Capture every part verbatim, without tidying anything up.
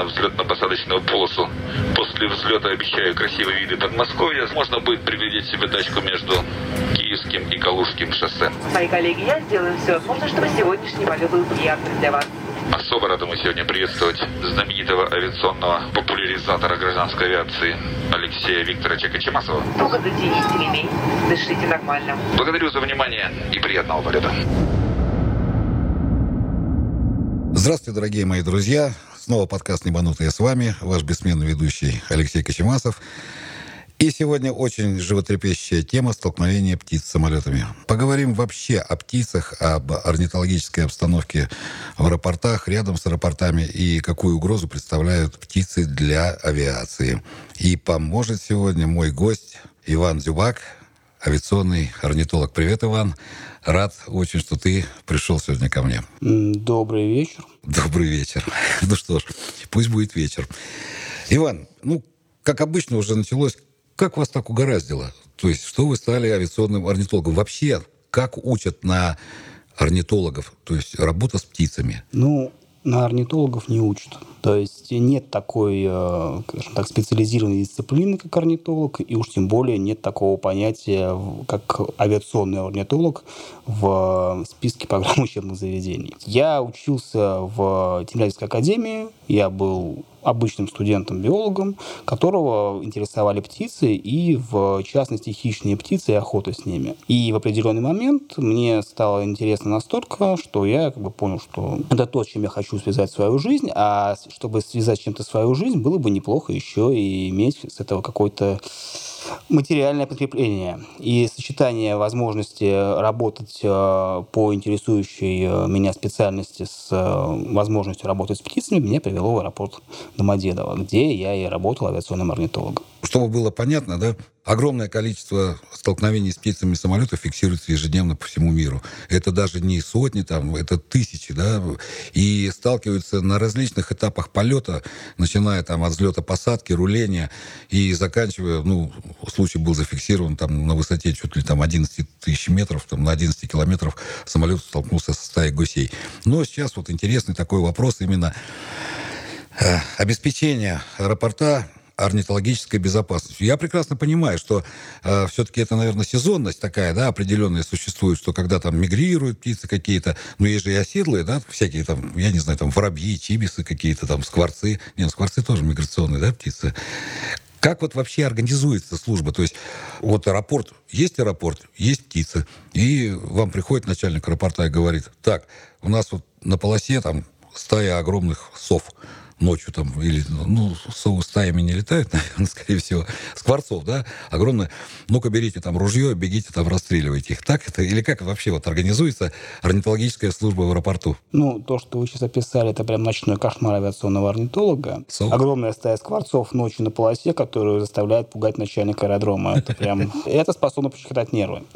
на взлетно-посадочную полосу. После взлета обещаю красивые виды Подмосковья. Можно будет приглядеть себе тачку между Киевским и Калужским шоссе. Мои коллеги, я сделаю все возможное, чтобы сегодняшний полет был приятным для вас. Особо рады мы сегодня приветствовать знаменитого авиационного популяризатора гражданской авиации Алексея Викторовича Кочемасова. Туго затяните ремень, дышите нормально. Благодарю за внимание и приятного полета. Здравствуйте, дорогие мои друзья. Снова подкаст «Небанутые» с вами, ваш бессменный ведущий Алексей Кочемасов. И сегодня очень животрепещущая тема столкновения птиц с самолетами. Поговорим вообще о птицах, об орнитологической обстановке в аэропортах, рядом с аэропортами и какую угрозу представляют птицы для авиации. И поможет сегодня мой гость Иван Дзюбак, авиационный орнитолог. Привет, Иван. Рад очень, что ты пришел сегодня ко мне. Добрый вечер. Добрый вечер. Ну что ж, пусть будет вечер. Иван, ну, как обычно уже началось. Как вас так угораздило? То есть, что вы стали авиационным орнитологом? Вообще, как учат на орнитологов? То есть, работа с птицами? Ну, на орнитологов не учат. То есть, нет такой, скажем так, специализированной дисциплины, как орнитолог, и уж тем более нет такого понятия, как авиационный орнитолог в списке программ учебных заведений. Я учился в Тимирязевской академии, я был обычным студентом-биологом, которого интересовали птицы, и в частности хищные птицы и охота с ними. И в определенный момент мне стало интересно настолько, что я как бы понял, что это то, с чем я хочу связать свою жизнь, а чтобы связать с чем-то свою жизнь, было бы неплохо еще и иметь с этого какой-то материальное подкрепление. И сочетание возможности работать по интересующей меня специальности с возможностью работать с птицами меня привело в аэропорт Домодедово, где я и работал авиационным орнитологом. Чтобы было понятно, да, огромное количество столкновений с птицами самолетов фиксируется ежедневно по всему миру. Это даже не сотни, там, это тысячи, да, и сталкиваются на различных этапах полета, начиная там от взлета-посадки, руления и заканчивая, ну, случай был зафиксирован там на высоте чуть ли там одиннадцать тысяч метров, там на одиннадцать километров самолет столкнулся со стаей гусей. Но сейчас вот интересный такой вопрос именно э, обеспечения аэропорта орнитологической безопасностью. Я прекрасно понимаю, что э, все-таки это, наверное, сезонность такая, да, определенная существует, что когда там мигрируют птицы какие-то, ну, есть же и оседлые, да, всякие там, я не знаю, там воробьи, чибисы какие-то, там скворцы. Не, ну, скворцы тоже миграционные, да, птицы. Как вот вообще организуется служба? То есть вот аэропорт, есть аэропорт, есть птицы, и вам приходит начальник аэропорта и говорит: так, у нас вот на полосе там стая огромных сов ночью там, или, ну, совы стаями не летают, наверное, скорее всего, скворцов, да, огромное. Ну-ка, берите там ружье, бегите там, расстреливайте их. Так это? Или как вообще вот организуется орнитологическая служба в аэропорту? Ну, то, что вы сейчас описали, это прям ночной кошмар авиационного орнитолога. Сов? Огромная стая скворцов ночью на полосе, которую заставляет пугать начальника аэродрома. Это прям... Это способно пощекотать нервы.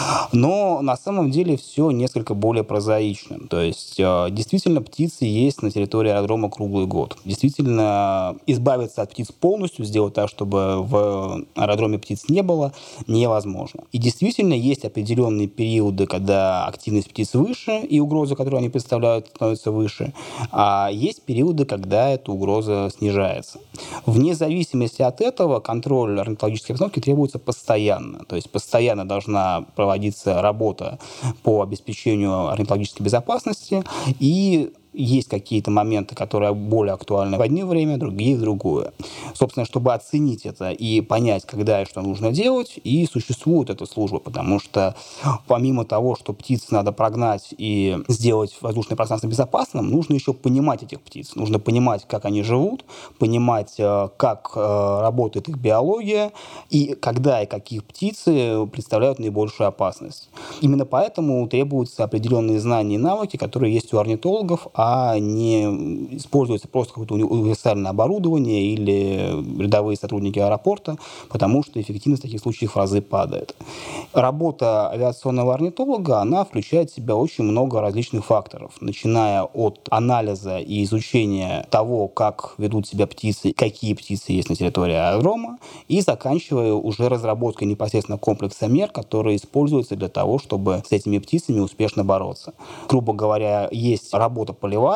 Но на самом деле все несколько более прозаично. То есть, действительно, птицы есть на территории аэродрома круглый год. Действительно, избавиться от птиц полностью, сделать так, чтобы в аэродроме птиц не было, невозможно. И действительно, есть определенные периоды, когда активность птиц выше, и угроза, которую они представляют, становится выше. А есть периоды, когда эта угроза снижается. Вне зависимости от этого контроль орнитологической обстановки требуется постоянно. То есть постоянно должна проводиться работа по обеспечению орнитологической безопасности, и есть какие-то моменты, которые более актуальны в одно время, другие в другое. Собственно, чтобы оценить это и понять, когда и что нужно делать, и существует эта служба, потому что помимо того, что птиц надо прогнать и сделать воздушное пространство безопасным, нужно еще понимать этих птиц. Нужно понимать, как они живут, понимать, как работает их биология, и когда и каких птицы представляют наибольшую опасность. Именно поэтому требуются определенные знания и навыки, которые есть у орнитологов, а не используется просто какое-то универсальное оборудование или рядовые сотрудники аэропорта, потому что эффективность в таких случаях в разы падает. Работа авиационного орнитолога, она включает в себя очень много различных факторов, начиная от анализа и изучения того, как ведут себя птицы, какие птицы есть на территории аэродрома, и заканчивая уже разработкой непосредственно комплекса мер, которые используются для того, чтобы с этими птицами успешно бороться. Грубо говоря, есть работа полевая,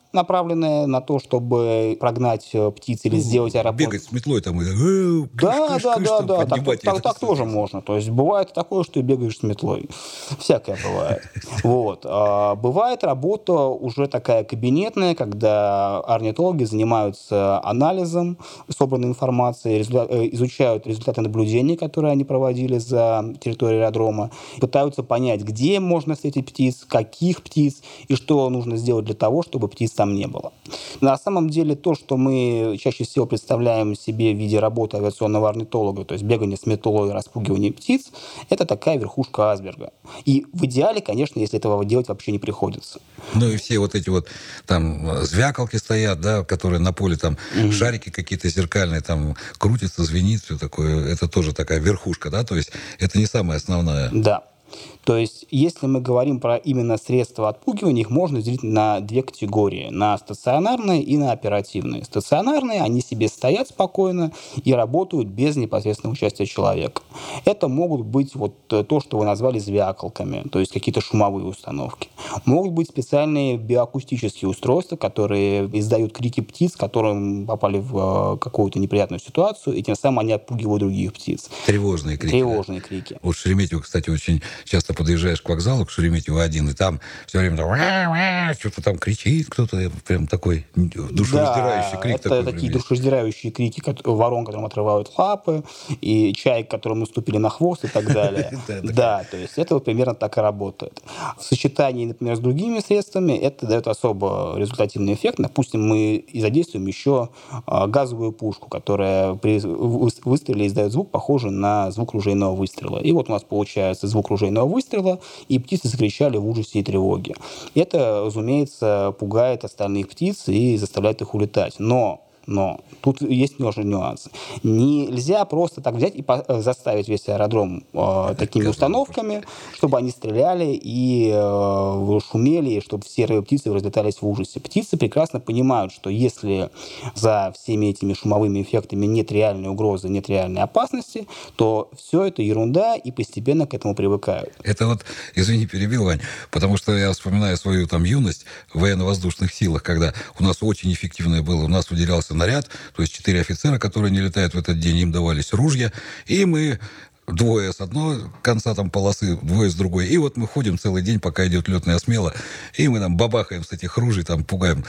направленная на то, чтобы прогнать птиц или Ну, сделать аэропорт. Бегать с метлой там и э, кыш, Да, кыш, да, кыш, да, там да, так, поднимать. так, Это так тоже можно. То есть бывает такое, что ты бегаешь с метлой. Всякое бывает. Вот. А бывает работа уже такая кабинетная, когда орнитологи занимаются анализом собранной информации, изучают результаты наблюдений, которые они проводили за территорией аэродрома, пытаются понять, где можно встретить птиц, каких птиц и что нужно сделать для того, чтобы птиц там не было. На самом деле то, что мы чаще всего представляем себе в виде работы авиационного орнитолога, то есть бегание с метлой, распугивание птиц, это такая верхушка айсберга. И в идеале, конечно, если этого делать вообще не приходится. Ну и все вот эти вот там звякалки стоят, да, которые на поле там mm-hmm. шарики какие-то зеркальные, там крутятся, звенит, все такое. Это тоже такая верхушка, да, то есть это не самое основное. Да. То есть, если мы говорим про именно средства отпугивания, их можно разделить на две категории. На стационарные и на оперативные. Стационарные, они себе стоят спокойно и работают без непосредственного участия человека. Это могут быть вот то, что вы назвали звякалками, то есть какие-то шумовые установки. Могут быть специальные биоакустические устройства, которые издают крики птиц, которые попали в какую-то неприятную ситуацию, и тем самым они отпугивают других птиц. Тревожные крики. Тревожные крики. Вот Шереметьево, кстати, очень часто подъезжаешь к вокзалу, к Шереметьево один, и там все время там, что-то там кричит кто-то, прям такой душераздирающий да, крик. Это такой такие прям душераздирающие крики ворон, которым отрывают лапы, и чаек, которым наступили на хвост и так далее. Да, то есть это примерно так и работает. В сочетании, например, с другими средствами это дает особо результативный эффект. Допустим, мы задействуем еще газовую пушку, которая при выстреле издает звук, похожий на звук ружейного выстрела. И вот у нас получается звук ружейного выстрела, и птицы закричали в ужасе и тревоге. Это, разумеется, пугает остальных птиц и заставляет их улетать. Но Но тут есть немножко нюанс. Нельзя просто так взять и заставить весь аэродром э, такими установками, чтобы они стреляли и э, шумели, и чтобы все птицы разлетались в ужасе. Птицы прекрасно понимают, что если за всеми этими шумовыми эффектами нет реальной угрозы, нет реальной опасности, то все это ерунда, и постепенно к этому привыкают. Это вот, извини, перебил, Вань, потому что я вспоминаю свою там юность в военно-воздушных силах, когда у нас очень эффективное было, у нас выделялся наряд, то есть четыре офицера, которые не летают в этот день, им давались ружья, и мы двое с одной конца там полосы, двое с другой. И вот мы ходим целый день, пока идет летная смела, и мы там бабахаем с этих ружей, там пугаем.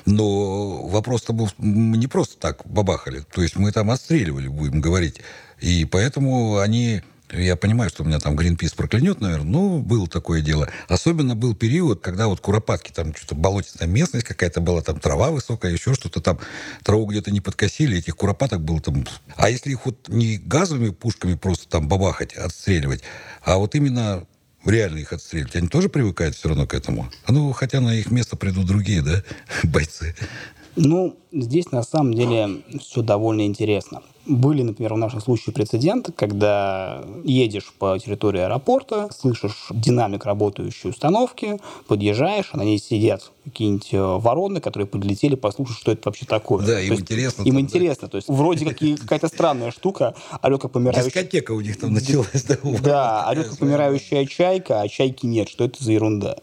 Но вопрос-то был, мы не просто так бабахали, то есть мы там отстреливали, будем говорить. И поэтому они... Я понимаю, что у меня там Гринпис проклянет, наверное, но было такое дело. Особенно был период, когда вот куропатки, там что-то болотистая местность какая-то была, там трава высокая, еще что-то там, траву где-то не подкосили, этих куропаток было там... А если их вот не газовыми пушками просто там бабахать, отстреливать, а вот именно реально их отстреливать, они тоже привыкают все равно к этому? Ну, хотя на их место придут другие, да, бойцы. Ну, здесь на самом деле все довольно интересно. Были, например, в нашем случае прецеденты, когда едешь по территории аэропорта, слышишь динамик работающей установки, подъезжаешь, а на ней сидят какие-нибудь вороны, которые подлетели послушать, что это вообще такое. Да, им интересно. Им там, интересно. Да. То есть вроде как какая-то странная штука, орёт как помирающая... Дискотека у них там началась. Да, да орёт как помирающая чайка, а чайки нет. Что это за ерунда?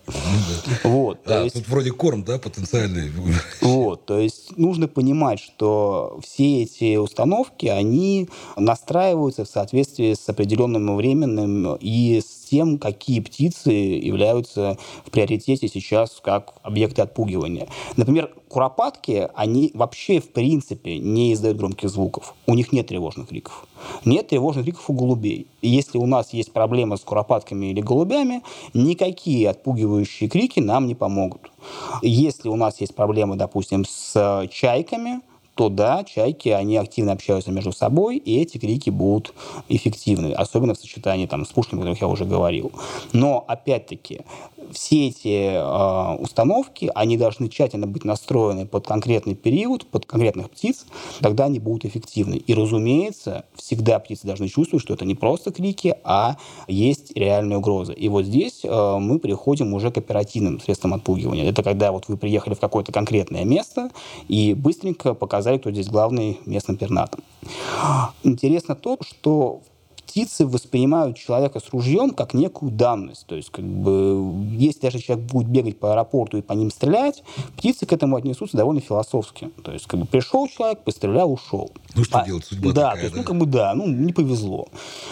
Вот. Да, тут вроде корм, да, потенциальный. Вот. То есть нужно понимать, что все эти установки, они настраиваются в соответствии с определенным временем и с тем, какие птицы являются в приоритете сейчас как объекты отпугивания. Например, куропатки, они вообще в принципе не издают громких звуков. У них нет тревожных криков. Нет тревожных криков у голубей. И если у нас есть проблема с куропатками или голубями, никакие отпугивающие крики нам не помогут. Если у нас есть проблемы, допустим, с чайками, то да, чайки, они активно общаются между собой, и эти крики будут эффективны, особенно в сочетании там, с пушками, о которых я уже говорил. Но, опять-таки, все эти э, установки, они должны тщательно быть настроены под конкретный период, под конкретных птиц, тогда они будут эффективны. И, разумеется, всегда птицы должны чувствовать, что это не просто крики, а есть реальная угроза. И вот здесь э, мы приходим уже к оперативным средствам отпугивания. Это когда вот вы приехали в какое-то конкретное место и быстренько показали, кто здесь главный местным пернатым. Интересно то, что в птицы воспринимают человека с ружьем как некую данность. То есть, как бы, если даже человек будет бегать по аэропорту и по ним стрелять, птицы к этому отнесутся довольно философски. То есть, как бы, пришел человек, пострелял, ушел. Ну, что а, делать, судьба да, такая, то есть, да? ну, как бы, да, ну, не повезло.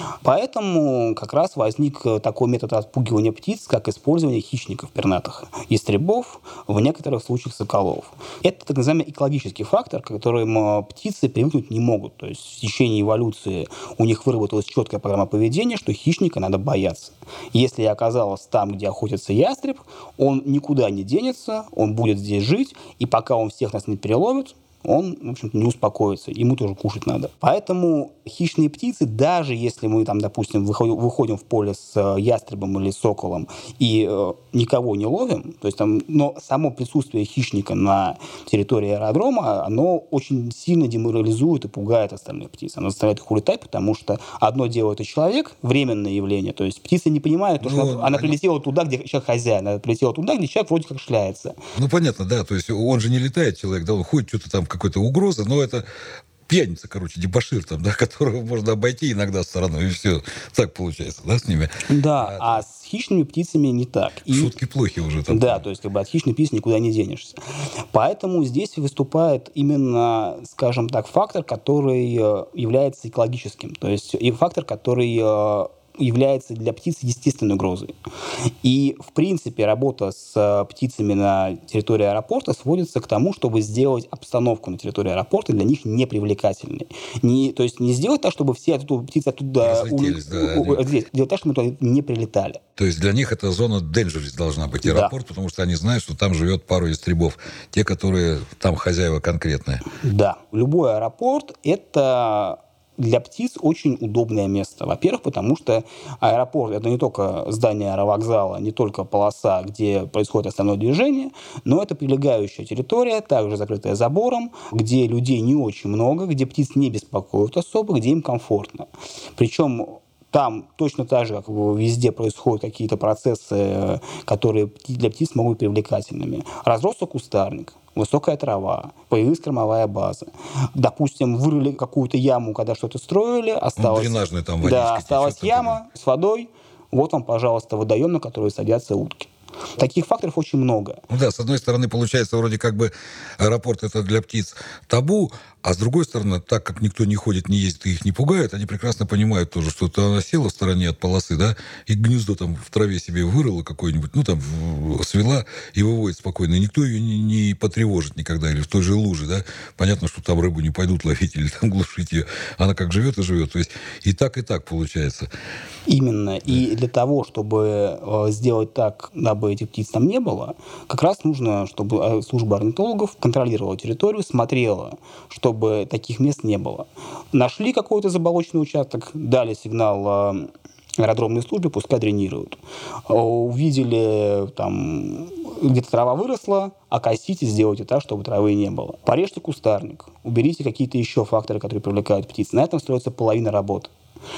Поэтому как раз возник такой метод отпугивания птиц, как использование хищников пернатых, ястребов, в некоторых случаях соколов. Это так называемый экологический фактор, к которому птицы привыкнуть не могут. То есть в течение эволюции у них выработалась четкая программа поведения, что хищника надо бояться. Если я оказалась там, где охотится ястреб, он никуда не денется, он будет здесь жить, и пока он всех нас не переловит, он, в общем-то, не успокоится, ему тоже кушать надо. Поэтому хищные птицы, даже если мы, там, допустим, выходим, выходим в поле с ястребом или соколом и э, никого не ловим, то есть, там, но само присутствие хищника на территории аэродрома, оно очень сильно деморализует и пугает остальных птиц. Оно заставляет их улетать, потому что одно дело это человек, временное явление, то есть птица не понимает, то, что Ну, она, она они- прилетела туда, где человек хозяин, она прилетела туда, где человек вроде как шляется. Ну, понятно, да. То есть он же не летает, человек, да, он ходит, что-то там, какой-то угроза, но это пьяница, короче, дебошир там, да, которого можно обойти иногда стороной, и все. Так получается, да, с ними? Да, а, а с хищными птицами не так. И... Шутки плохи уже там. Да, то есть как бы от хищной птицы никуда не денешься. Поэтому здесь выступает именно, скажем так, фактор, который э, является экологическим. То есть и фактор, который э, является для птиц естественной угрозой. И, в принципе, работа с птицами на территории аэропорта сводится к тому, чтобы сделать обстановку на территории аэропорта для них непривлекательной. Не, то есть не сделать так, чтобы все оттуда, птицы оттуда Разлетелись, да, у, у, они- здесь, делать так, чтобы туда не прилетали. То есть для них это зона dangerous должна быть, аэропорт, Да. потому что они знают, что там живет пару ястребов. Те, которые там хозяева конкретные. Да. Любой аэропорт – это для птиц очень удобное место. Во-первых, потому что аэропорт – это не только здание аэровокзала, не только полоса, где происходит основное движение, но это прилегающая территория, также закрытая забором, где людей не очень много, где птиц не беспокоят особо, где им комфортно. Причем там точно так же, как везде, происходят какие-то процессы, которые для птиц могут быть привлекательными. Разросся кустарник, высокая трава, появилась кормовая база. Допустим, вырыли какую-то яму, когда что-то строили, осталась, дренажная там водичка да, течет, осталась там, яма с водой. Вот вам, пожалуйста, водоем, на который садятся утки. Таких факторов очень много. Ну да, с одной стороны, получается, вроде как бы аэропорт это для птиц табу, а с другой стороны, так как никто не ходит, не ездит и их не пугает, они прекрасно понимают тоже, что то она села в стороне от полосы, да, и гнездо там в траве себе вырыла какое-нибудь, ну там свела и выводит спокойно. И никто ее не, не потревожит никогда, или в той же луже, да. Понятно, что там рыбу не пойдут ловить или там глушить ее. Она как живет и живет. То есть и так, и так получается. Именно. И для того, чтобы э, сделать так, дабы этих птиц там не было, как раз нужно, чтобы э, служба орнитологов контролировала территорию, смотрела, чтобы таких мест не было. Нашли какой-то заболоченный участок, дали сигнал э, аэродромной службе, пускай дренируют. Э, Увидели, там, где-то трава выросла, окосите, сделайте так, чтобы травы не было. Порежьте кустарник, уберите какие-то еще факторы, которые привлекают птиц. На этом строится половина работы.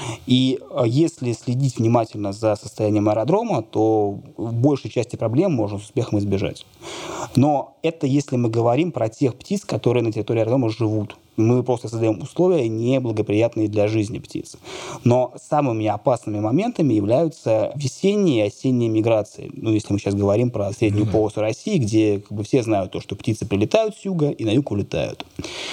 И если следить внимательно за состоянием аэродрома, то в большей части проблем можно с успехом избежать. Но это если мы говорим про тех птиц, которые на территории аэродрома живут. Мы просто создаем условия, неблагоприятные для жизни птиц. Но самыми опасными моментами являются весенние и осенние миграции. Ну, если мы сейчас говорим про среднюю mm-hmm. полосу России, где как бы, все знают то, что птицы прилетают с юга и на юг улетают.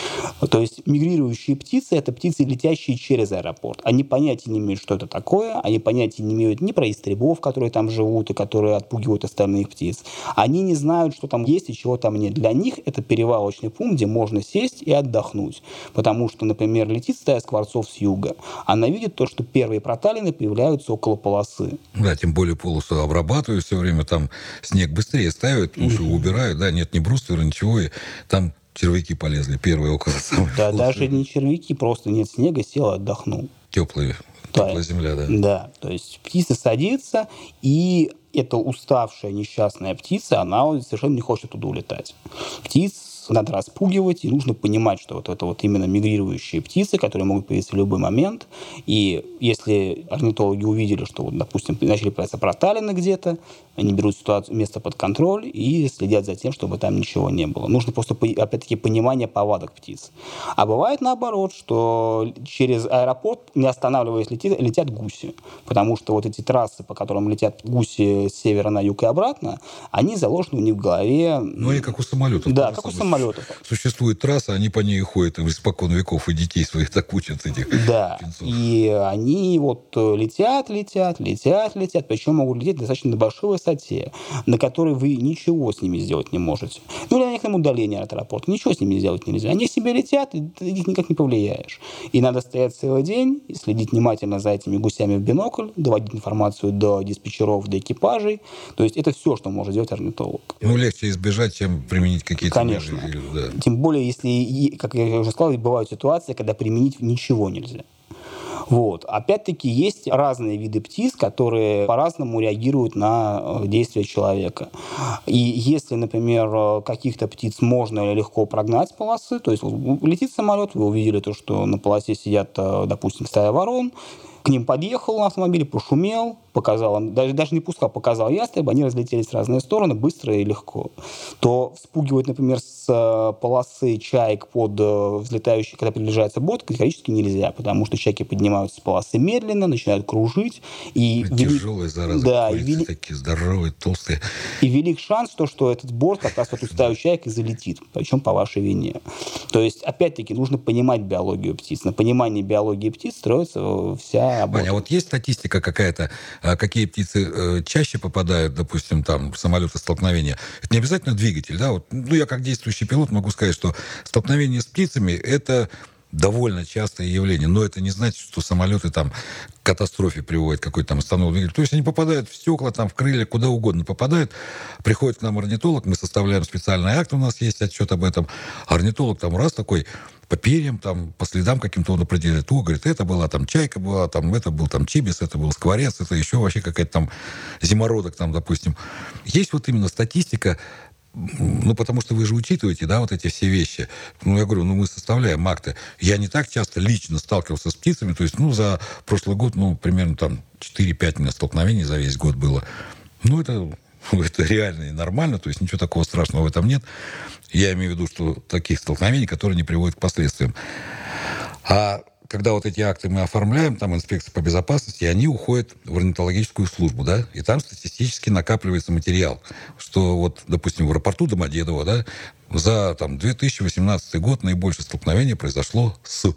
То есть мигрирующие птицы – это птицы, летящие через аэропорт. Они понятия не имеют, что это такое, они понятия не имеют ни про ястребов, которые там живут и которые отпугивают остальных птиц. Они не знают, что там есть и чего там нет. Для них это перевалочный пункт, где можно сесть и отдохнуть. Потому что, например, летит стая скворцов с юга. Она видит то, что первые проталины появляются около полосы. Да, тем более полосу обрабатывают все время, там снег быстрее ставят, потому что убирают, да, нет ни бруствера, ничего, и там червяки полезли, первые около самой Да, полосы. даже не червяки, просто нет снега, сел, отдохнул. Теплые, Да. теплая земля, да. Да, то есть птица садится, и эта уставшая несчастная птица, она совершенно не хочет туда улетать. Птиц надо распугивать, и нужно понимать, что вот это вот именно мигрирующие птицы, которые могут появиться в любой момент. И если орнитологи увидели, что, вот, допустим, начали появляться проталины где-то, они берут ситуацию, место под контроль и следят за тем, чтобы там ничего не было. Нужно просто, опять-таки, понимание повадок птиц. А бывает наоборот, что через аэропорт, не останавливаясь, летит, летят гуси. Потому что вот эти трассы, по которым летят гуси с севера на юг и обратно, они заложены у них в голове. Ну, и как у самолетов. Да, как у самолетов. Существует трасса, они по ней ходят, и испокон веков, и детей своих так учат этих Да, птенцов. И они вот летят, летят, летят, летят, причем могут лететь достаточно на большой высоте, на которой вы ничего с ними сделать не можете. Ну, или на некотором удалении от аэропорта. Ничего с ними сделать нельзя. Они себе летят, и ты их никак не повлияешь. И надо стоять целый день, следить внимательно за этими гусями в бинокль, доводить информацию до диспетчеров, до экипажей. То есть это все, что может делать орнитолог. Ну, легче избежать, чем применить какие-то Конечно. меры. Да. Тем более, если, как я уже сказал, бывают ситуации, когда применить ничего нельзя. Вот. Опять-таки, есть разные виды птиц, которые по-разному реагируют на действия человека. И если, например, каких-то птиц можно легко прогнать с полосы, то есть летит самолет, вы увидели то, что на полосе сидят, допустим, стая ворон, к ним подъехал на автомобиле, пошумел, показал, даже, даже не пускал, показал ястреб, они разлетелись в разные стороны быстро и легко. То вспугивать, например, с полосы чаек под взлетающий, когда приближается борт, категорически нельзя, потому что чайки поднимаются с полосы медленно, начинают кружить. И тяжелые, вели... заразы, да, курицы вели... такие здоровые, толстые. И велик шанс, то, что этот борт как раз в эту стаю чаек и залетит, причем по вашей вине. То есть, опять-таки, нужно понимать биологию птиц. На понимании биологии птиц строится вся работа. Ваня, а вот есть статистика какая-то, какие птицы чаще попадают, допустим, там, в самолеты столкновения? Это не обязательно двигатель, да? Вот, ну, я как действующий пилот могу сказать, что столкновение с птицами – это довольно частое явление, но это не значит, что самолеты там к катастрофе приводят, какой-то там остановок двигателя. То есть они попадают в стекла, там, в крылья, куда угодно попадают. Приходит к нам орнитолог, мы составляем специальный акт, у нас есть отчет об этом. Орнитолог там раз такой по перьям, там, по следам каким-то он определяет. О, говорит, это была там чайка была, там, это был там чибис, это был скворец, это еще вообще какая-то там зимородок, там, допустим. Есть вот именно статистика, ну, потому что вы же учитываете, да, вот эти все вещи. Ну, я говорю, ну, мы составляем акты. Я не так часто лично сталкивался с птицами, то есть, ну, за прошлый год, ну, примерно там четыре-пять у меня столкновений за весь год было. Ну, это... Это реально и нормально, то есть ничего такого страшного в этом нет. Я имею в виду, что таких столкновений, которые не приводят к последствиям. А когда вот эти акты мы оформляем, там инспекция по безопасности, они уходят в орнитологическую службу, да, и там статистически накапливается материал, что вот, допустим, в аэропорту Домодедово, да, за там две тысячи восемнадцатый год наибольшее столкновение произошло с...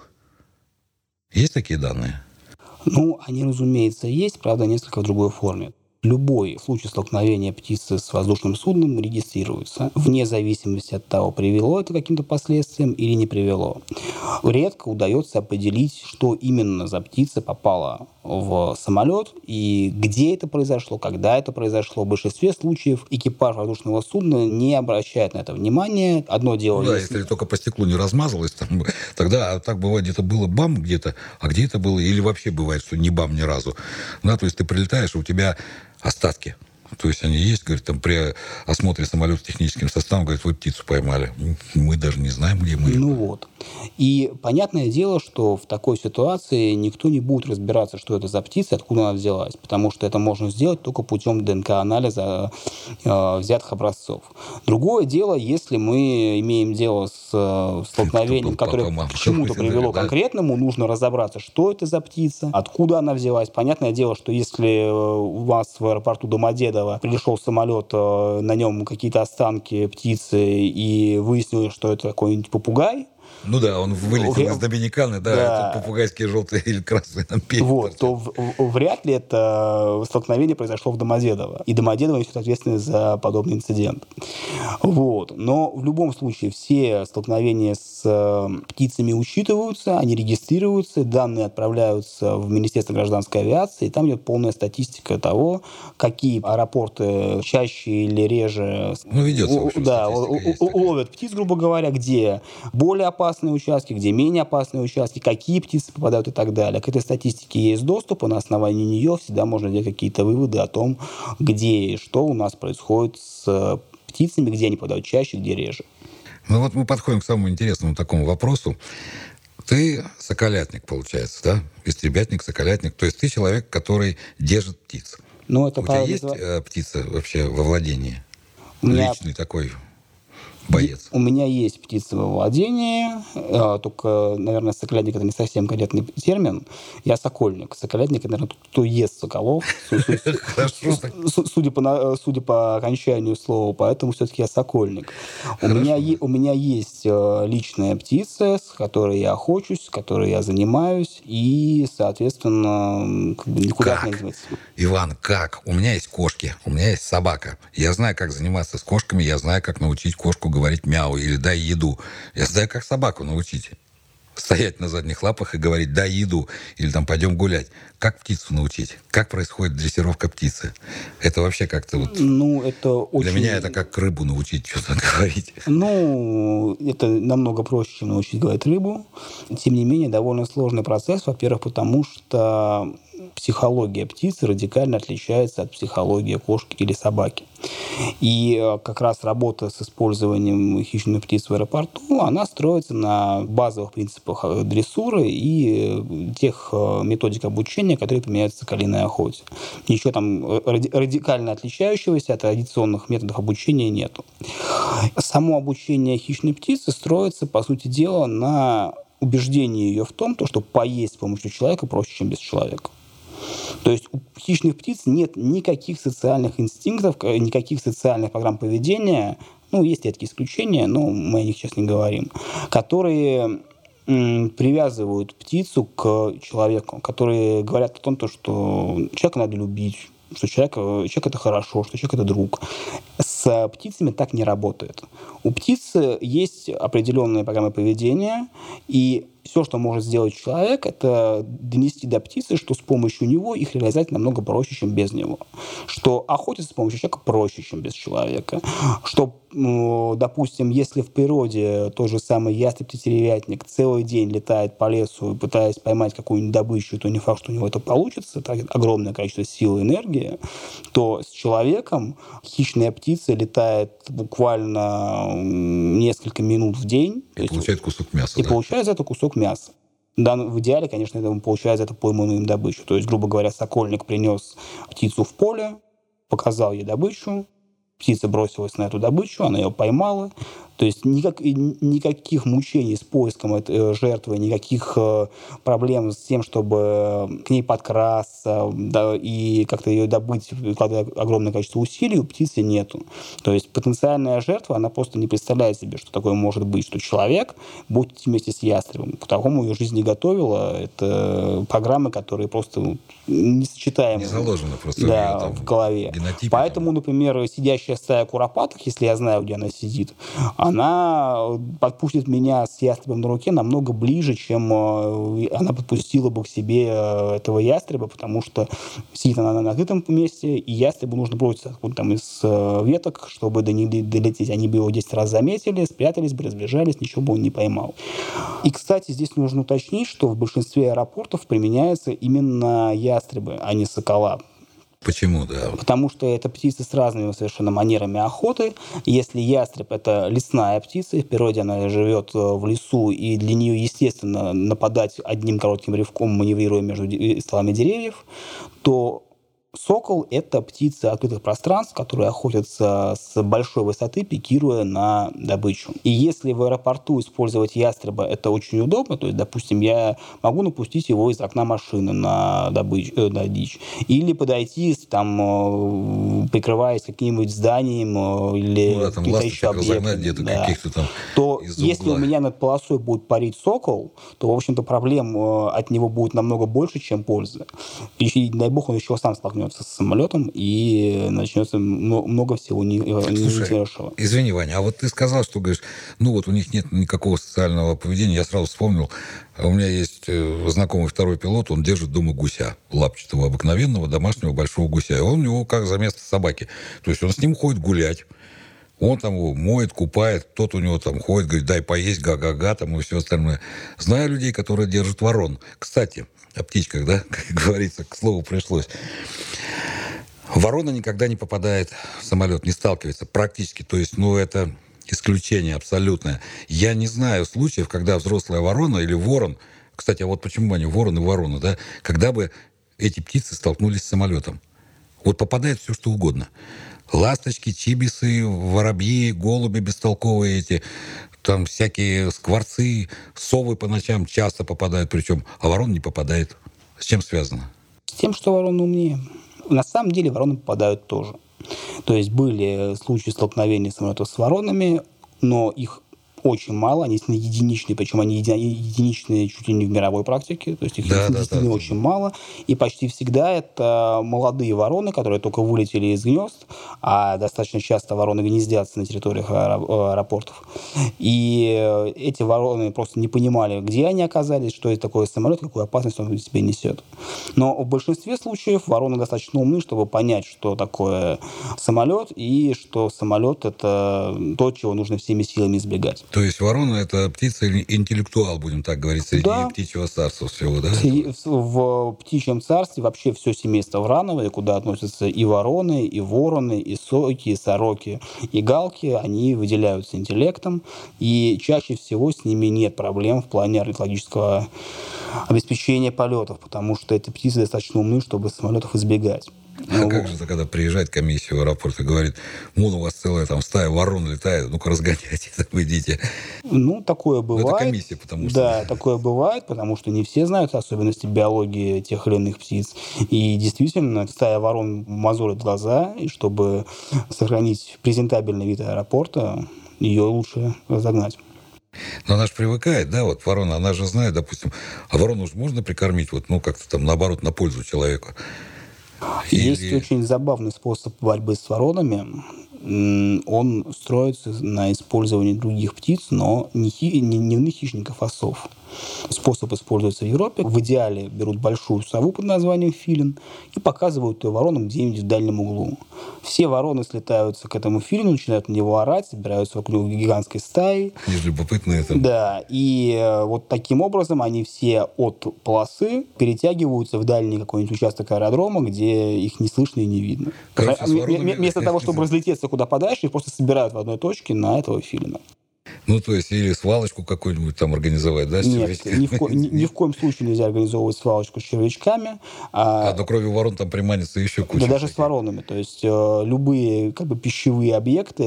Есть такие данные? Ну, они, разумеется, есть, правда, несколько в другой форме. Любой случай столкновения птицы с воздушным судном регистрируется, вне зависимости от того, привело это к каким-то последствиям или не привело. Редко удается определить, что именно за птица попала в самолет и где это произошло, когда это произошло. В большинстве случаев экипаж воздушного судна не обращает на это внимания. Одно дело... Ну, да, если... если только по стеклу не размазалось, там, тогда а так бывает, где-то было бам где-то, а где это было, или вообще бывает, что не бам ни разу. Да, то есть ты прилетаешь, у тебя остатки. То есть они есть, говорит, там при осмотре самолета с техническим составом, говорит, вы птицу поймали. Мы даже не знаем, где мы. Ну вот. И понятное дело, что в такой ситуации никто не будет разбираться, что это за птица, откуда она взялась, потому что это можно сделать только путем ДНК-анализа э, взятых образцов. Другое дело, если мы имеем дело с э, столкновением, которое к чему-то привело да? конкретному, нужно разобраться, что это за птица, откуда она взялась. Понятное дело, что если у вас в аэропорту Домодедово пришел самолет, на нем какие-то останки птицы, и выяснилось, что это какой-нибудь попугай. Ну да, он вылетел в... из Доминиканы, да, да. Это попугайские желтые или красные там перья. Вот, то в, в, вряд ли это столкновение произошло в Домодедово. И Домодедово несет ответственность за подобный инцидент. Вот. Но в любом случае все столкновения с э, птицами учитываются, они регистрируются, данные отправляются в Министерство гражданской авиации, и там идет полная статистика того, какие аэропорты чаще или реже ну, ведется, у, да, ловят птиц, грубо говоря, где более опасные участки, где менее опасные участки, какие птицы попадают и так далее. К этой статистике есть доступ, и на основании нее всегда можно делать какие-то выводы о том, где и что у нас происходит с птицами, где они попадают чаще, где реже. Ну вот мы подходим к самому интересному такому вопросу. Ты соколятник, получается, да? Истребятник, соколятник. То есть ты человек, который держит птиц. Ну, это У тебя правильно. есть э, птица вообще во владении? У меня- Личный такой боец. У меня есть птицы во владении, э, только, наверное, соколятник — это не совсем корректный термин. Я сокольник. Соколятник — это, наверное, тот, кто ест соколов, су- су- Хорошо. су- судя по на- судя по окончанию слова, поэтому все-таки я сокольник. У меня, е- у меня есть э, личная птица, с которой я охочусь, с которой я занимаюсь, и, соответственно, м, как бы никуда Как? не деться. Иван, как? У меня есть кошки, у меня есть собака. Я знаю, как заниматься с кошками, я знаю, как научить кошку говорить мяу или дай еду. Я знаю, как собаку научить стоять на задних лапах и говорить дай еду или там пойдем гулять. Как птицу научить? Как происходит дрессировка птицы? Это вообще как-то вот... Ну, это очень... Для меня это как рыбу научить что-то говорить. Ну, это намного проще, чем научить говорить рыбу. Тем не менее, довольно сложный процесс. Во-первых, потому что психология птицы радикально отличается от психологии кошки или собаки. И э, как раз работа с использованием хищных птиц в аэропорту, она строится на базовых принципах э, дрессуры и э, тех э, методик обучения, которые применяются в соколиной охоте. Ничего там э, ради- радикально отличающегося от традиционных методов обучения нету. Само обучение хищной птицы строится, по сути дела, на убеждении ее в том, то, что поесть с помощью человека проще, чем без человека. То есть у хищных птиц нет никаких социальных инстинктов, э, никаких социальных программ поведения, ну, есть редкие исключения, но мы о них сейчас не говорим, которые м, привязывают птицу к человеку, которые говорят о том, то, что человека надо любить, что человек, человек это хорошо, что человек это друг. С птицами так не работает. У птицы есть определенные программы поведения, и все, что может сделать человек, это донести до птицы, что с помощью него их реализовать намного проще, чем без него. Что охотиться с помощью человека проще, чем без человека. Что, допустим, если в природе тот же самый ястреб-тетеревятник целый день летает по лесу, пытаясь поймать какую-нибудь добычу, то не факт, что у него это получится, это огромное количество сил и энергии, то с человеком хищная птица летает буквально несколько минут в день. И получает кусок мяса. И да? получает за это кусок мяса. Да, в идеале, конечно, это он получает за это пойманную им добычу. То есть, грубо говоря, сокольник принес птицу в поле, показал ей добычу, птица бросилась на эту добычу, она ее поймала. То есть никак, никаких мучений с поиском этой жертвы, никаких проблем с тем, чтобы к ней подкрасться, да, и как-то ее добыть, вкладывая огромное количество усилий, у птицы нету. То есть потенциальная жертва, она просто не представляет себе, что такое может быть, что человек будет идти вместе с ястребом. К такому ее жизнь не готовила. Это программы, которые просто несочетаемы. Не заложено просто да, в, её, там, в голове. генотипе, Поэтому, там. например, сидящая стая куропаток, если я знаю, где она сидит, она подпустит меня с ястребом на руке намного ближе, чем она подпустила бы к себе этого ястреба, потому что сидит она на открытом месте, и ястребу нужно броситься откуда там из веток, чтобы до них долететь. Они бы его десять раз заметили, спрятались бы, разбежались, ничего бы он не поймал. И, кстати, здесь нужно уточнить, что в большинстве аэропортов применяются именно ястребы, а не сокола. Почему, да? Потому что это птицы с разными совершенно манерами охоты. Если ястреб — это лесная птица, в природе она живет в лесу, и для нее, естественно, нападать одним коротким рывком, маневрируя между стволами деревьев, то сокол — это птица открытых пространств, которые охотятся с большой высоты, пикируя на добычу. И если в аэропорту использовать ястреба, это очень удобно. То есть, допустим, я могу напустить его из окна машины на, добыч, э, на дичь. Или подойти, там, прикрываясь каким-нибудь зданием или ну, да, там каким-то еще объектом. Где-то да. каких-то там то из-за если угла. у меня над полосой будет парить сокол, то, в общем-то, проблем от него будет намного больше, чем пользы. И, дай бог, он еще сам столкнется с самолетом, и начнется много всего нехорошего. Извини, Ваня, а вот ты сказал, что, говоришь, ну вот у них нет никакого социального поведения. Я сразу вспомнил, у меня есть знакомый второй пилот, он держит дома гуся, лапчатого, обыкновенного, домашнего большого гуся. И он у него как за место собаки. То есть он с ним ходит гулять. Он там его моет, купает, тот у него там ходит, говорит, дай поесть, га-га-га, там и все остальное. Знаю людей, которые держат ворон. Кстати, о птичках, да, как говорится, к слову пришлось. Ворона никогда не попадает в самолет, не сталкивается практически. То есть, ну, это исключение абсолютное. Я не знаю случаев, когда взрослая ворона или ворон, кстати, а вот почему они ворон и ворона, да, когда бы эти птицы столкнулись с самолетом. Вот попадает все, что угодно. Ласточки, чибисы, воробьи, голуби бестолковые эти, там всякие скворцы, совы по ночам часто попадают, причем, а ворон не попадает. С чем связано? С тем, что вороны умнее. На самом деле вороны попадают тоже. То есть были случаи столкновения самолетов с воронами, но их очень мало, они единичные, причем они единичные чуть ли не в мировой практике, то есть их да, действительно да, да, очень да. мало, и почти всегда это молодые вороны, которые только вылетели из гнезд, а достаточно часто вороны гнездятся на территориях аэропортов, и эти вороны просто не понимали, где они оказались, что это такое самолет, какую опасность он в себе несет. Но в большинстве случаев вороны достаточно умны, чтобы понять, что такое самолет, и что самолет — это то, чего нужно всеми силами избегать. То есть ворона — это птица-интеллектуал, будем так говорить, среди да. птичьего царства всего, да? В птичьем царстве вообще все семейство врановое, куда относятся и вороны, и вороны, и сойки, и сороки, и галки, они выделяются интеллектом, и чаще всего с ними нет проблем в плане орнитологического обеспечения полетов, потому что эти птицы достаточно умны, чтобы самолетов избегать. А ну, как же это, когда приезжает комиссия в аэропорт и говорит, мол, у вас целая там стая ворон летает, ну-ка разгоняйте, так вы идите. Ну, такое бывает. Но это комиссия, потому что... Да, такое бывает, потому что не все знают особенности биологии тех или иных птиц. И действительно, стая ворон мозолит глаза, и чтобы сохранить презентабельный вид аэропорта, ее лучше разогнать. Но она же привыкает, да, вот ворона, она же знает, допустим, а ворону же можно прикормить, вот, ну, как-то там, наоборот, на пользу человеку. Есть Или... очень забавный способ борьбы с воронами. Он строится на использовании других птиц, но не, хи... не дневных хищников, а сов. Способ используется в Европе. В идеале берут большую сову под названием филин и показывают ее ворону где-нибудь в дальнем углу. Все вороны слетаются к этому филину, начинают на него орать, собираются вокруг гигантской стаи. Они же любопытные это. Да, и вот таким образом они все от полосы перетягиваются в дальний какой-нибудь участок аэродрома, где их не слышно и не видно. Короче, воронами... Вместо того, чтобы разлететься куда подальше, их просто собирают в одной точке на этого филина. Ну, то есть, или свалочку какую-нибудь там организовать, да? Нет, ни в, ко- ни, ни в коем случае нельзя организовывать свалочку с червячками. А, а до крови ворон там приманится еще куча. Да даже с воронами. То есть, э, любые как бы пищевые объекты,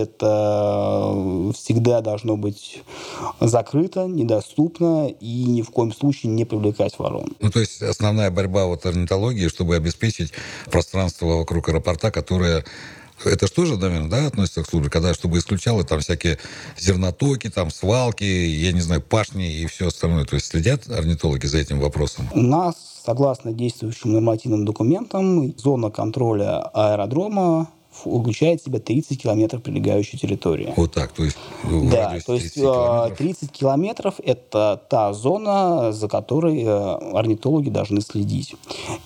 это всегда должно быть закрыто, недоступно и ни в коем случае не привлекать ворон. Ну, то есть, основная борьба вот орнитологии, чтобы обеспечить пространство вокруг аэропорта, которое... Это же тоже, наверное, да, относится к службе, когда, чтобы исключало там всякие зернотоки, там свалки, я не знаю, пашни и все остальное. То есть следят орнитологи за этим вопросом? У нас, согласно действующим нормативным документам, зона контроля аэродрома включает в себя тридцать километров прилегающей территории. Вот так, то есть... Да, то есть километров. тридцать километров – это та зона, за которой орнитологи должны следить.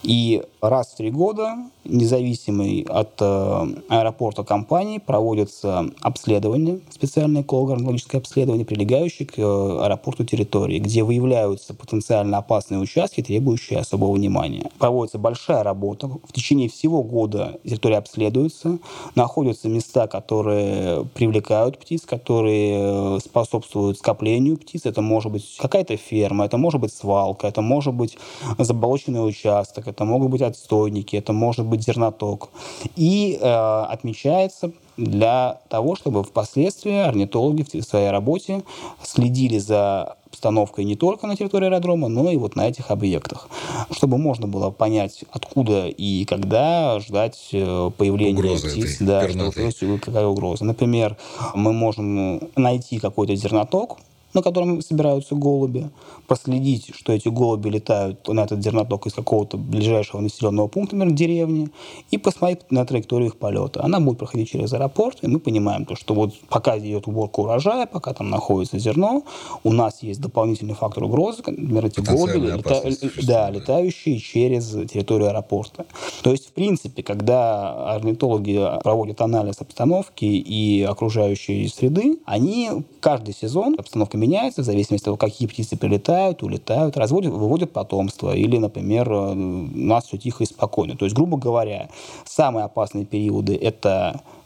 И раз в три года независимый от аэропорта компании проводятся обследования, специальное эколого-орнитологическое обследование, прилегающее к аэропорту территории, где выявляются потенциально опасные участки, требующие особого внимания. Проводится большая работа. В течение всего года территория обследуется, находятся места, которые привлекают птиц, которые способствуют скоплению птиц. Это может быть какая-то ферма, это может быть свалка, это может быть заболоченный участок, это могут быть отстойники, это может быть зерноток. И э, отмечается для того, чтобы впоследствии орнитологи в своей работе следили за обстановкой не только на территории аэродрома, но и вот на этих объектах, чтобы можно было понять, откуда и когда ждать появления угрозы птиц. Да, что, какая угроза. Например, мы можем найти какой-то зерноток, на котором собираются голуби, проследить, что эти голуби летают на этот зерноток из какого-то ближайшего населенного пункта, например, деревни, и посмотреть на траекторию их полета. Она будет проходить через аэропорт, и мы понимаем, что вот пока идет уборка урожая, пока там находится зерно, у нас есть дополнительный фактор угрозы, например, эти голуби, лета... да, летающие через территорию аэропорта. То есть, в принципе, когда орнитологи проводят анализ обстановки и окружающей среды, они каждый сезон, обстановка меняется в зависимости от того, какие птицы прилетают, улетают, разводят, выводят потомство. Или, например, у нас все тихо и спокойно. То есть, грубо говоря, самые опасные периоды – это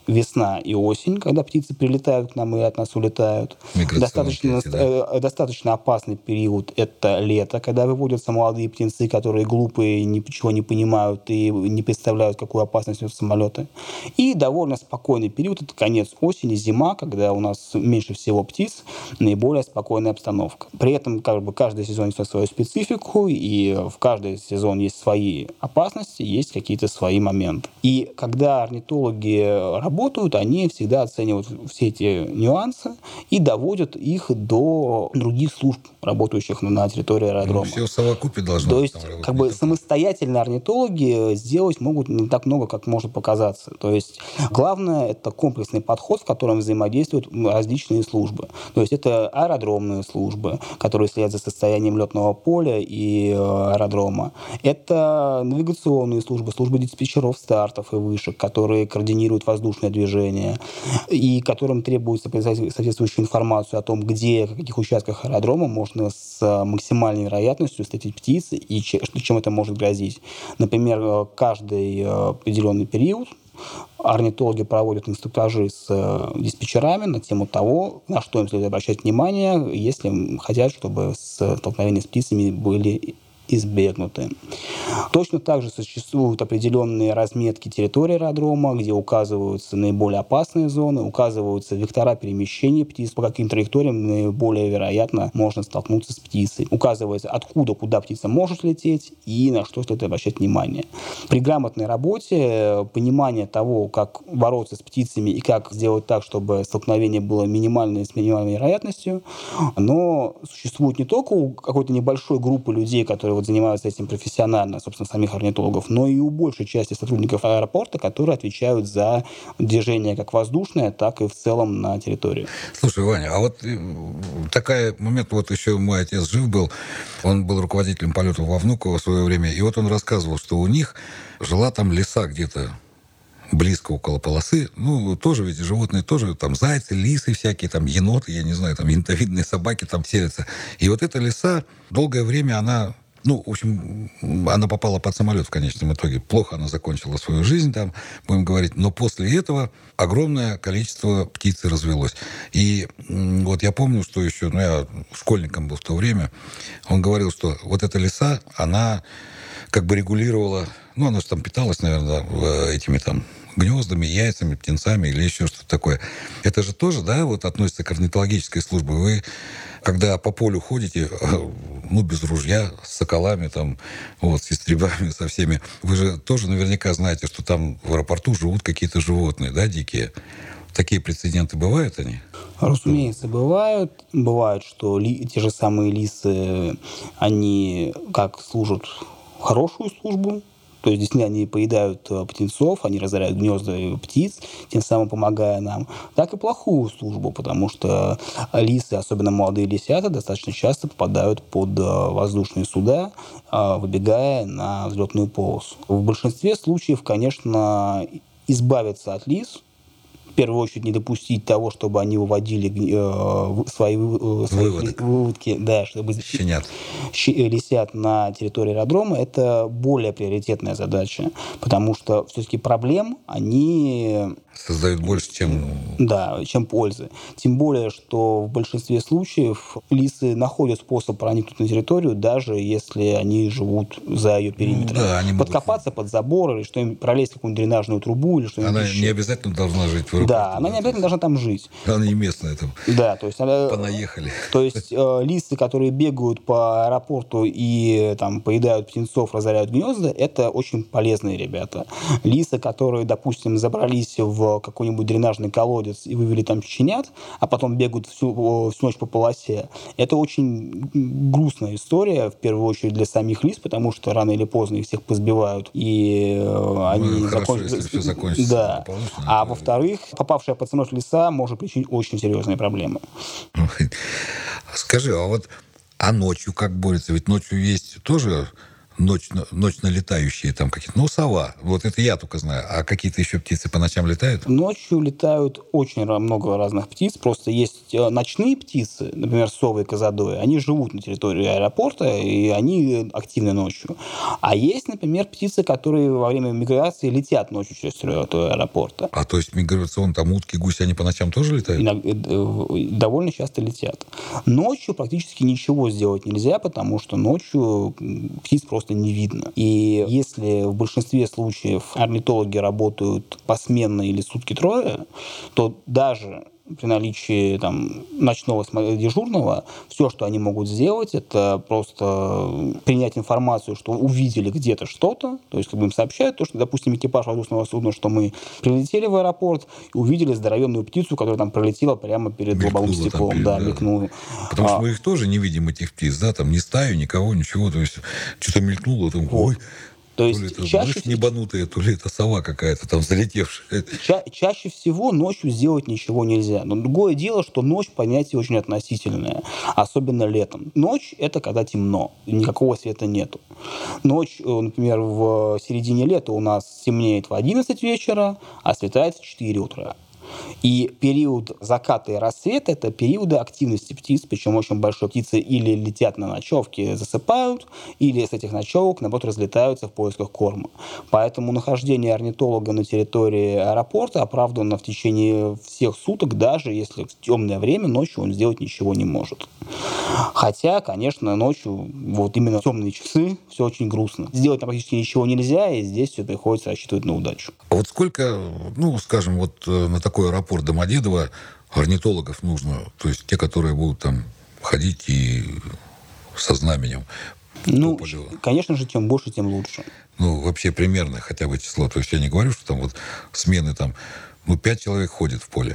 весна и осень, когда птицы прилетают к нам и от нас улетают. Достаточно, птицы, да? достаточно опасный период – это лето, когда выводятся молодые птенцы, которые глупые, ничего не понимают и не представляют, какую опасность несут самолеты. И довольно спокойный период – это конец осени, зима, когда у нас меньше всего птиц, наиболее спокойная обстановка. При этом как бы, каждый сезон несет свою специфику, и в каждый сезон есть свои опасности, есть какие-то свои моменты. И когда орнитологи работают, они всегда оценивают все эти нюансы и доводят их до других служб, работающих на территории аэродрома. Ну, все в совокупе должно То быть. есть, как бы самостоятельно орнитологи сделать могут не так много, как может показаться. То есть, главное – это комплексный подход, в котором взаимодействуют различные службы. То есть, это аэродромные службы, которые следят за состоянием летного поля и аэродрома. Это навигационные службы, службы диспетчеров стартов и вышек, которые координируют воздушное движение и которым требуется предоставить соответствующую информацию о том, где, в каких участках аэродрома можно с максимальной вероятностью встретить птицы и чем это может грозить. Например, каждый определенный период орнитологи проводят инструктажи с диспетчерами на тему того, на что им следует обращать внимание, если хотят, чтобы столкновения с птицами были избегнуты. Точно так же существуют определенные разметки территории аэродрома, где указываются наиболее опасные зоны, указываются вектора перемещения птиц, по каким траекториям наиболее вероятно можно столкнуться с птицей. Указывается, откуда, куда птица может лететь и на что следует обращать внимание. При грамотной работе понимание того, как бороться с птицами и как сделать так, чтобы столкновение было минимальное с минимальной вероятностью, но существует не только у какой-то небольшой группы людей, которые вот занимаются этим профессионально, собственно, самих орнитологов, но и у большей части сотрудников аэропорта, которые отвечают за движение как воздушное, так и в целом на территории. Слушай, Ваня, а вот такой момент, вот еще мой отец жив был, он был руководителем полетов во Внуково в свое время, и вот он рассказывал, что у них жила там лиса где-то близко около полосы. Ну, тоже ведь животные тоже, там, зайцы, лисы всякие, там, еноты, я не знаю, там, янтовидные собаки там селятся. И вот эта лиса долгое время, она... Ну, в общем, она попала под самолет в конечном итоге. Плохо она закончила свою жизнь там, будем говорить. Но после этого огромное количество птиц развелось. И вот я помню, что еще, ну, я школьником был в то время, он говорил, что вот эта лиса, она как бы регулировала, ну, она же там питалась, наверное, этими там гнездами, яйцами, птенцами или еще что-то такое. Это же тоже, да, вот относится к орнитологической службе. Вы, когда по полю ходите, ну, без ружья, с соколами, там, вот, с истребами, со всеми, вы же тоже наверняка знаете, что там в аэропорту живут какие-то животные, да, дикие. Такие прецеденты бывают они? Разумеется, бывают. Бывает, что ли, те же самые лисы, они как служат хорошую службу, то есть действительно они поедают птенцов, они разоряют гнезда птиц, тем самым помогая нам, так и плохую службу, потому что лисы, особенно молодые лисята, достаточно часто попадают под воздушные суда, выбегая на взлетную полосу. В большинстве случаев, конечно, избавиться от лис, в первую очередь не допустить того, чтобы они выводили э, свои, э, свои выводки, да, чтобы щенят. лисят на территории аэродрома, это более приоритетная задача, потому что все-таки проблем они создают больше, чем... Да, чем пользы. Тем более, что в большинстве случаев лисы находят способ проникнуть на территорию, даже если они живут за ее периметром. Ну, да, они подкопаться могут... под забор, или что-нибудь, пролезть в какую-нибудь дренажную трубу, или что-нибудь Она еще. не обязательно должна жить в аэропорту. Да, она не обязательно должна там жить. Она не местная там. Да, то есть... Понаехали. То есть э, лисы, которые бегают по аэропорту и там поедают птенцов, разоряют гнезда, это очень полезные ребята. Лисы, которые, допустим, забрались в какой-нибудь дренажный колодец и вывели там щенят, а потом бегают всю, всю ночь по полосе, это очень грустная история, в первую очередь для самих лис, потому что рано или поздно их всех позбивают, и э, они... Ну, хорошо, закон... если все закончится. Да. А во-вторых, попавшая под самолет лиса может причинить очень серьезные проблемы. Скажи, а вот а ночью как борется? Ведь ночью есть тоже ночно, ночно летающие там какие-то. Ну, сова. Вот это я только знаю. А какие-то еще птицы по ночам летают? Ночью летают очень много разных птиц. Просто есть ночные птицы, например, совы и козадои. Они живут на территории аэропорта, и они активны ночью. А есть, например, птицы, которые во время миграции летят ночью через территорию аэропорта. А то есть миграционные, там утки, гуси, они по ночам тоже летают? Иногда, довольно часто летят. Ночью практически ничего сделать нельзя, потому что ночью птиц просто не видно. И если в большинстве случаев орнитологи работают посменно или сутки трое, то даже при наличии там, ночного дежурного, все, что они могут сделать, это просто принять информацию, что увидели где-то что-то, то есть как бы им сообщают то, что, допустим, экипаж воздушного судна, что мы прилетели в аэропорт и увидели здоровенную птицу, которая там пролетела прямо перед Мелькнула лобовым стеклом. перед, да, да. мелькнула. Потому что а, мы их тоже не видим, этих птиц, да, там ни стаю, никого, ничего, то есть что-то мелькнуло, там, ой, то то есть ли это чаще, мышь небанутая, то ли это сова какая-то там залетевшая. ча- чаще всего ночью сделать ничего нельзя. Но другое дело, что ночь понятие очень относительное, особенно летом. Ночь – это когда темно, никакого света нету. Ночь, например, в середине лета у нас темнеет в одиннадцать вечера, а светает в четыре утра. И период заката и рассвета – это периоды активности птиц, причем очень большие птицы или летят на ночевки, засыпают, или с этих ночевок, наоборот, разлетаются в поисках корма. Поэтому нахождение орнитолога на территории аэропорта оправдано в течение всех суток, даже если в темное время ночью он сделать ничего не может. Хотя, конечно, ночью, вот именно в темные часы, все очень грустно. Сделать там практически ничего нельзя, и здесь все приходится рассчитывать на удачу. А вот сколько, ну, скажем, вот на такой аэропорт Домодедово орнитологов нужно? То есть те, которые будут там ходить и со знаменем. Ну, полю. Конечно же, чем больше, тем лучше. Ну, вообще примерно хотя бы число. То есть я не говорю, что там вот смены там, ну, пять человек ходит в поле.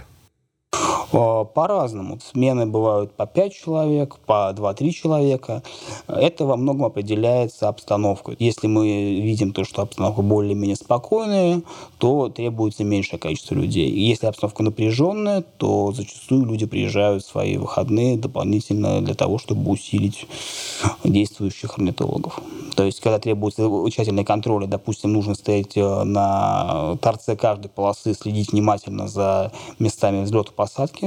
По-разному. Смены бывают по пять человек, по два-три человека. Это во многом определяется обстановкой. Если мы видим то, что обстановка более-менее спокойная, то требуется меньшее количество людей. Если обстановка напряженная, то зачастую люди приезжают в свои выходные дополнительно для того, чтобы усилить действующих орнитологов. То есть, когда требуется тщательный контроль, допустим, нужно стоять на торце каждой полосы, следить внимательно за местами взлета-посадки,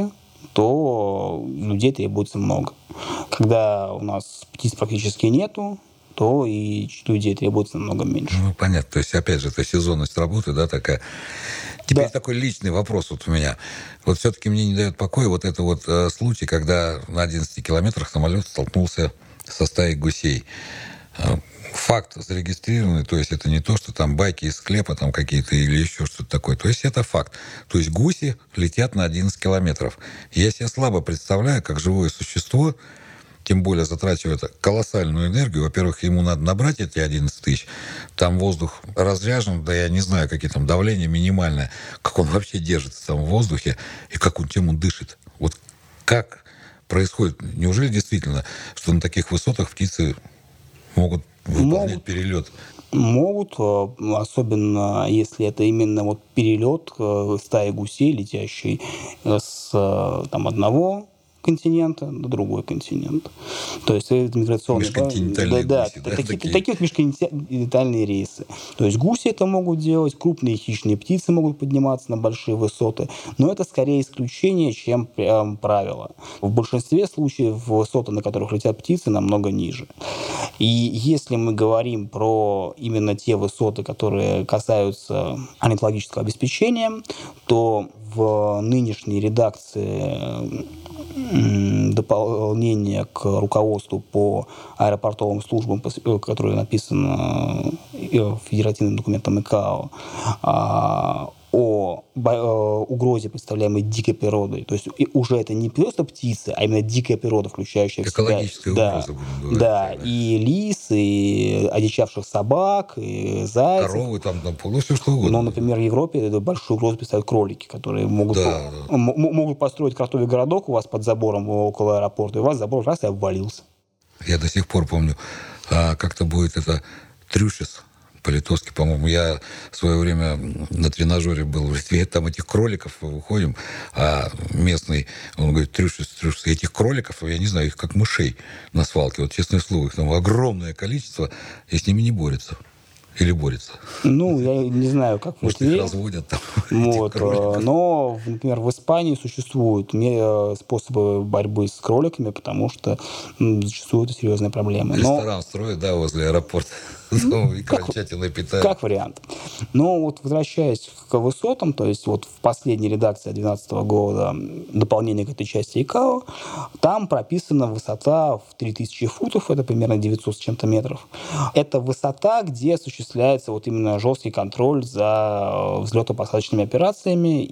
то людей требуется много. Когда у нас птиц практически нету, то и людей требуется намного меньше. Ну, понятно. То есть, опять же, это сезонность работы, да, такая. Теперь Да. такой личный вопрос вот у меня. Вот все-таки мне не дает покоя вот это вот э, случай, когда на одиннадцати километрах самолет столкнулся со стаей гусей. Факт зарегистрированный, то есть это не то, что там байки из склепа там какие-то или еще что-то такое. То есть это факт. То есть гуси летят на одиннадцать километров. Я себе слабо представляю, как живое существо, тем более затрачивает колоссальную энергию. Во-первых, ему надо набрать эти одиннадцать тысяч. Там воздух разряжен, да я не знаю, какие там давления минимальное. Как он вообще держится там в воздухе и как он, чем он дышит. Вот как происходит? Неужели действительно, что на таких высотах птицы могут выполнять могут, перелет? Могут, особенно если это именно вот перелет стаи гусей, летящей с там, одного континента на другой континент. То есть это миграционные... Межконтинентальные да, гуси, да, да? Такие, Такие. такие вот межконтинентальные рейсы. То есть гуси это могут делать, крупные хищные птицы могут подниматься на большие высоты, но это скорее исключение, чем прям правило. В большинстве случаев высоты, на которых летят птицы, намного ниже. И если мы говорим про именно те высоты, которые касаются орнитологического обеспечения, то в нынешней редакции дополнение к руководству по аэропортовым службам, которое написано федеративным документом ИКАО, о угрозе, представляемой дикой природой. То есть уже это не просто птицы, а именно дикая природа, включающая в себя... Экологическая угроза, будем говорить. Да, и лис, и одичавших собак, и зайцев. Коровы там, там ну, все что угодно. Но, например, в Европе большую угрозу представляют кролики, которые могут, да, по- да. м- могут построить кротовый городок у вас под забором около аэропорта, и у вас забор раз и обвалился. Я до сих пор помню, а, как-то будет это Трюшес, по-литовски, по-моему. Я в свое время на тренажере был в Литве, там этих кроликов выходим, а местный, он говорит, трюшис, трюшис, этих кроликов, я не знаю, их как мышей на свалке, вот честное слово, их там огромное количество, и с ними не борются. Или борется? Ну, я не знаю, как в Может, Литве. их разводят там, Вот, этих кроликов. но, например, в Испании существуют ме- способы борьбы с кроликами, потому что м, зачастую это серьезная проблема. Но, Ресторан строят, да, возле аэропорта. И крольчатиной питают. как вариант. Но вот возвращаясь к высотам, то есть вот в последней редакции две тысячи двенадцатого года дополнение к этой части ИКАО, там прописана высота в три тысячи футов, это примерно девятьсот с чем-то метров. Это высота, где осуществляется вот именно жесткий контроль за взлетно-посадочными операциями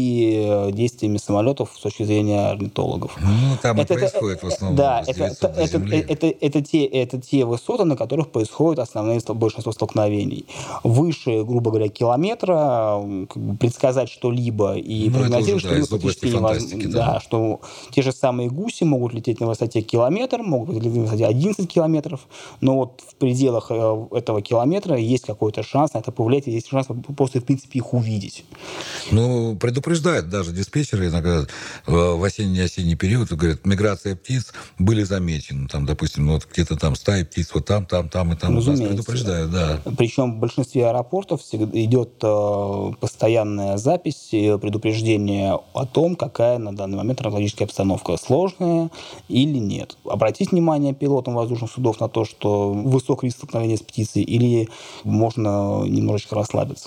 и действиями самолетов с точки зрения орнитологов. Ну, там и Это- происходит это- в основном Да, с это, девятисот это, до это, земли. это, это те, это те высоты, на которых происходит основные стол- большинство столкновений. Выше, грубо говоря, километра м, как бы предсказать что-либо и Ну, это прогнозировать уже, да, из что-либо области практически фантастики, невозможно. да. Да, что те же самые гуси могут лететь на высоте километр, могут лететь на высоте одиннадцать километров, но вот в пределах э, этого километра есть какой-то шанс на это повлиять, и есть шанс просто, в принципе, их увидеть. Ну, предупреждают даже диспетчеры иногда э, в осенний-осенний период, говорят, миграция птиц были замечены. Там, допустим, ну, вот где-то там стаи птиц, вот там, там, там и там. Нас Разумеется. предупреждают, да. Причем в большинстве аэропортов всегда идет э, постоянная запись, э, предупреждение о том, какая на данный момент аэрологическая обстановка, сложная или нет. Обратить внимание пилотам воздушных судов на то, что высок риск столкновения с птицей, или можно немножечко расслабиться.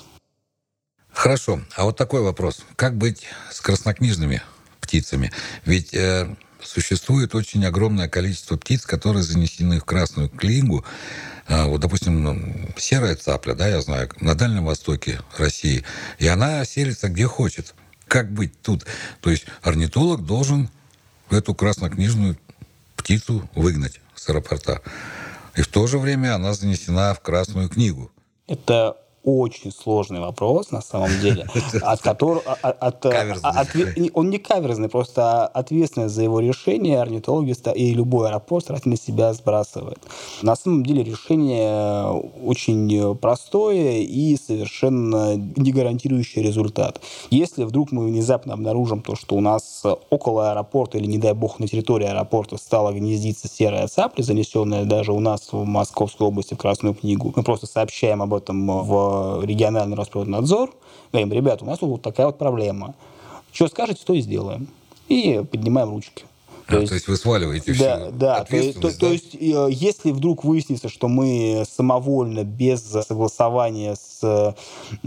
Хорошо. А вот такой вопрос. Как быть с краснокнижными птицами? Ведь э, существует очень огромное количество птиц, которые занесены в Красную книгу. Э, вот, допустим, ну, серая цапля, да, я знаю, на Дальнем Востоке России. И она селится где хочет. Как быть тут? То есть орнитолог должен эту краснокнижную птицу выгнать с аэропорта. И в то же время она занесена в Красную книгу. Это очень сложный вопрос, на самом деле, от которого... от- от- Каверзный. отве- Он не каверзный, просто ответственность за его решение орнитологи ста- и любой аэропорт старательно себя сбрасывает. На самом деле решение очень простое и совершенно не гарантирующее результат. Если вдруг мы внезапно обнаружим то, что у нас около аэропорта или, не дай бог, на территории аэропорта стала гнездиться серая цапля, занесенная даже у нас в Московской области в Красную книгу, мы просто сообщаем об этом в региональный Росприроднадзор, говорим, ребята, у нас тут вот такая вот проблема. Что скажете, то и сделаем. И поднимаем ручки. То, а, есть, то есть вы сваливаете да, всю да, ответственность, то, да? то есть, э, если вдруг выяснится, что мы самовольно, без согласования с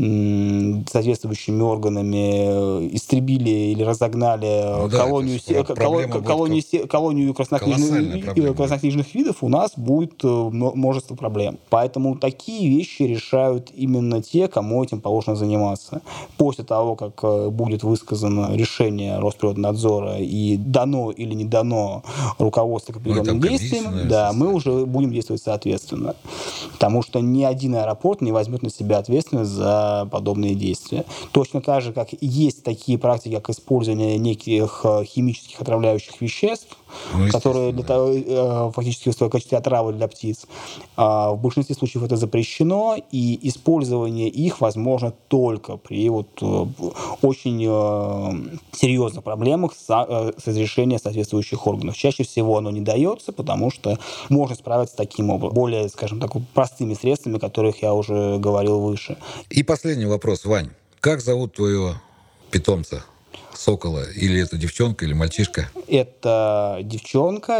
м, соответствующими органами э, истребили или разогнали Ну да, колонию, это же се- проблема коло- будет колонию, се- колонию краснокнижных, колоссальная проблема. краснокнижных видов, у нас будет э, мно- множество проблем. Поэтому такие вещи решают именно те, кому этим положено заниматься. После того, как э, будет высказано решение Росприроднадзора и дано или не дано руководство к определенным Ну, там комиссия, действиям, наверное, да, мы состоит. уже будем действовать соответственно. Потому что ни один аэропорт не возьмет на себя ответственность за подобные действия. Точно так же, как и есть такие практики, как использование неких э, химических отравляющих веществ, Ну, которые для естественно, того, э, фактически выступают в качестве отравы для птиц. А в большинстве случаев это запрещено, и использование их возможно только при вот, э, очень э, серьезных проблемах с, э, с разрешением соответствующих органов. Чаще всего оно не дается, потому что можно справиться таким образом, более, скажем так, простыми средствами, о которых я уже говорил выше. И последний вопрос, Вань. Как зовут твоего питомца? Сокола? Или это девчонка, или мальчишка? Это девчонка,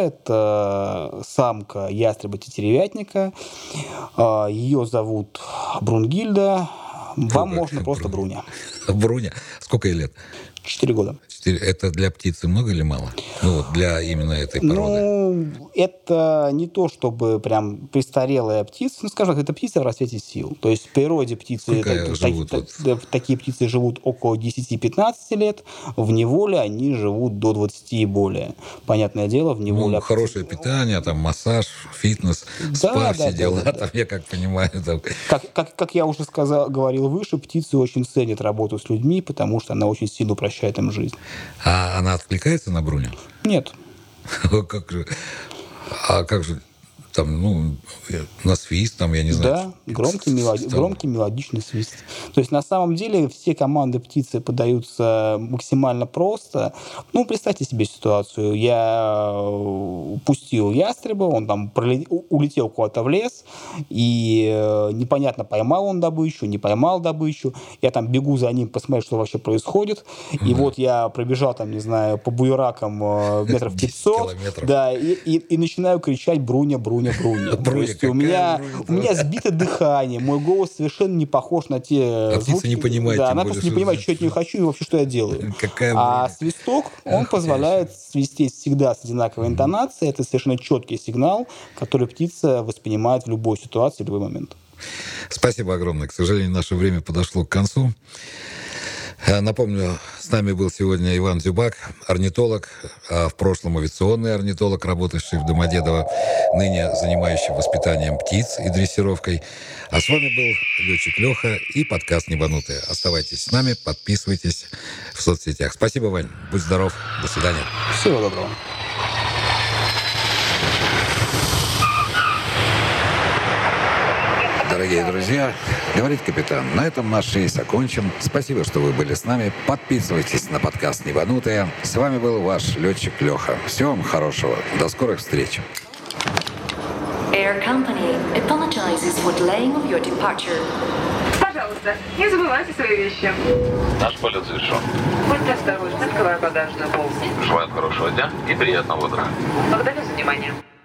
это самка ястреба-тетеревятника. Ее зовут Брунгильда. Вам Ой, можно как просто Бруня. Бруня. Бруня. Сколько ей лет? Четыре года. Четыре. Это для птицы много или мало? Ну, вот для именно этой породы. Ну, это не то, чтобы прям престарелая птица, ну, скажем так, это птица в расцвете сил. То есть в природе птицы, Сколько это- живут так- вот? да, такие птицы живут около десяти-пятнадцати лет, в неволе они живут до двадцати и более. Понятное дело, в неволе... Ну, хорошее питание, там массаж, фитнес, Да, спа, да, все да, дела, да, да. там, я как понимаю. Там. Как, как, как я уже сказал, говорил выше, птицы очень ценят работу с людьми, потому что она очень сильно упрощает им жизнь. А она откликается на Бруню? Нет. Как же? А как же там, ну, на свист, там, я не знаю. Да, громкий, мелоди... громкий мелодичный свист. То есть, на самом деле, все команды птицы подаются максимально просто. Ну, представьте себе ситуацию. Я пустил ястреба, он там пролет... улетел куда-то в лес, и непонятно, поймал он добычу, не поймал добычу. Я там бегу за ним, посмотреть, что вообще происходит. И mm-hmm. вот я пробежал там, не знаю, по буеракам метров пятьсот, да, и, и, и начинаю кричать «Бруня, Бруня, Бруня». То есть у меня, у меня сбито дыхание, мой голос совершенно не похож на те а звуки. Птица не понимает. Да, она более, просто не понимает, что я от нее хочу и вообще, что я делаю. Какая а Бруня? Свисток, он Ах, позволяет свистеть всегда с одинаковой mm-hmm. интонацией. Это совершенно четкий сигнал, который птица воспринимает в любой ситуации, в любой момент. Спасибо огромное. К сожалению, наше время подошло к концу. Напомню, с нами был сегодня Иван Дзюбак, орнитолог, а в прошлом авиационный орнитолог, работающий в Домодедово, ныне занимающий воспитанием птиц и дрессировкой. А с вами был летчик Леха и подкаст «Небанутые». Оставайтесь с нами, подписывайтесь в соцсетях. Спасибо, Вань. Будь здоров. До свидания. Всего доброго. Дорогие друзья, говорит капитан, на этом наш рейс окончен. Спасибо, что вы были с нами. Подписывайтесь на подкаст «Небанутые». С вами был ваш летчик Леха. Всего вам хорошего. До скорых встреч. Air Company apologizes for delaying of your departure. Пожалуйста, не забывайте свои вещи. Наш полет завершен. Будьте осторожны, открывая багажную полку. Желаем хорошего дня и приятного утра. Благодарю за внимание.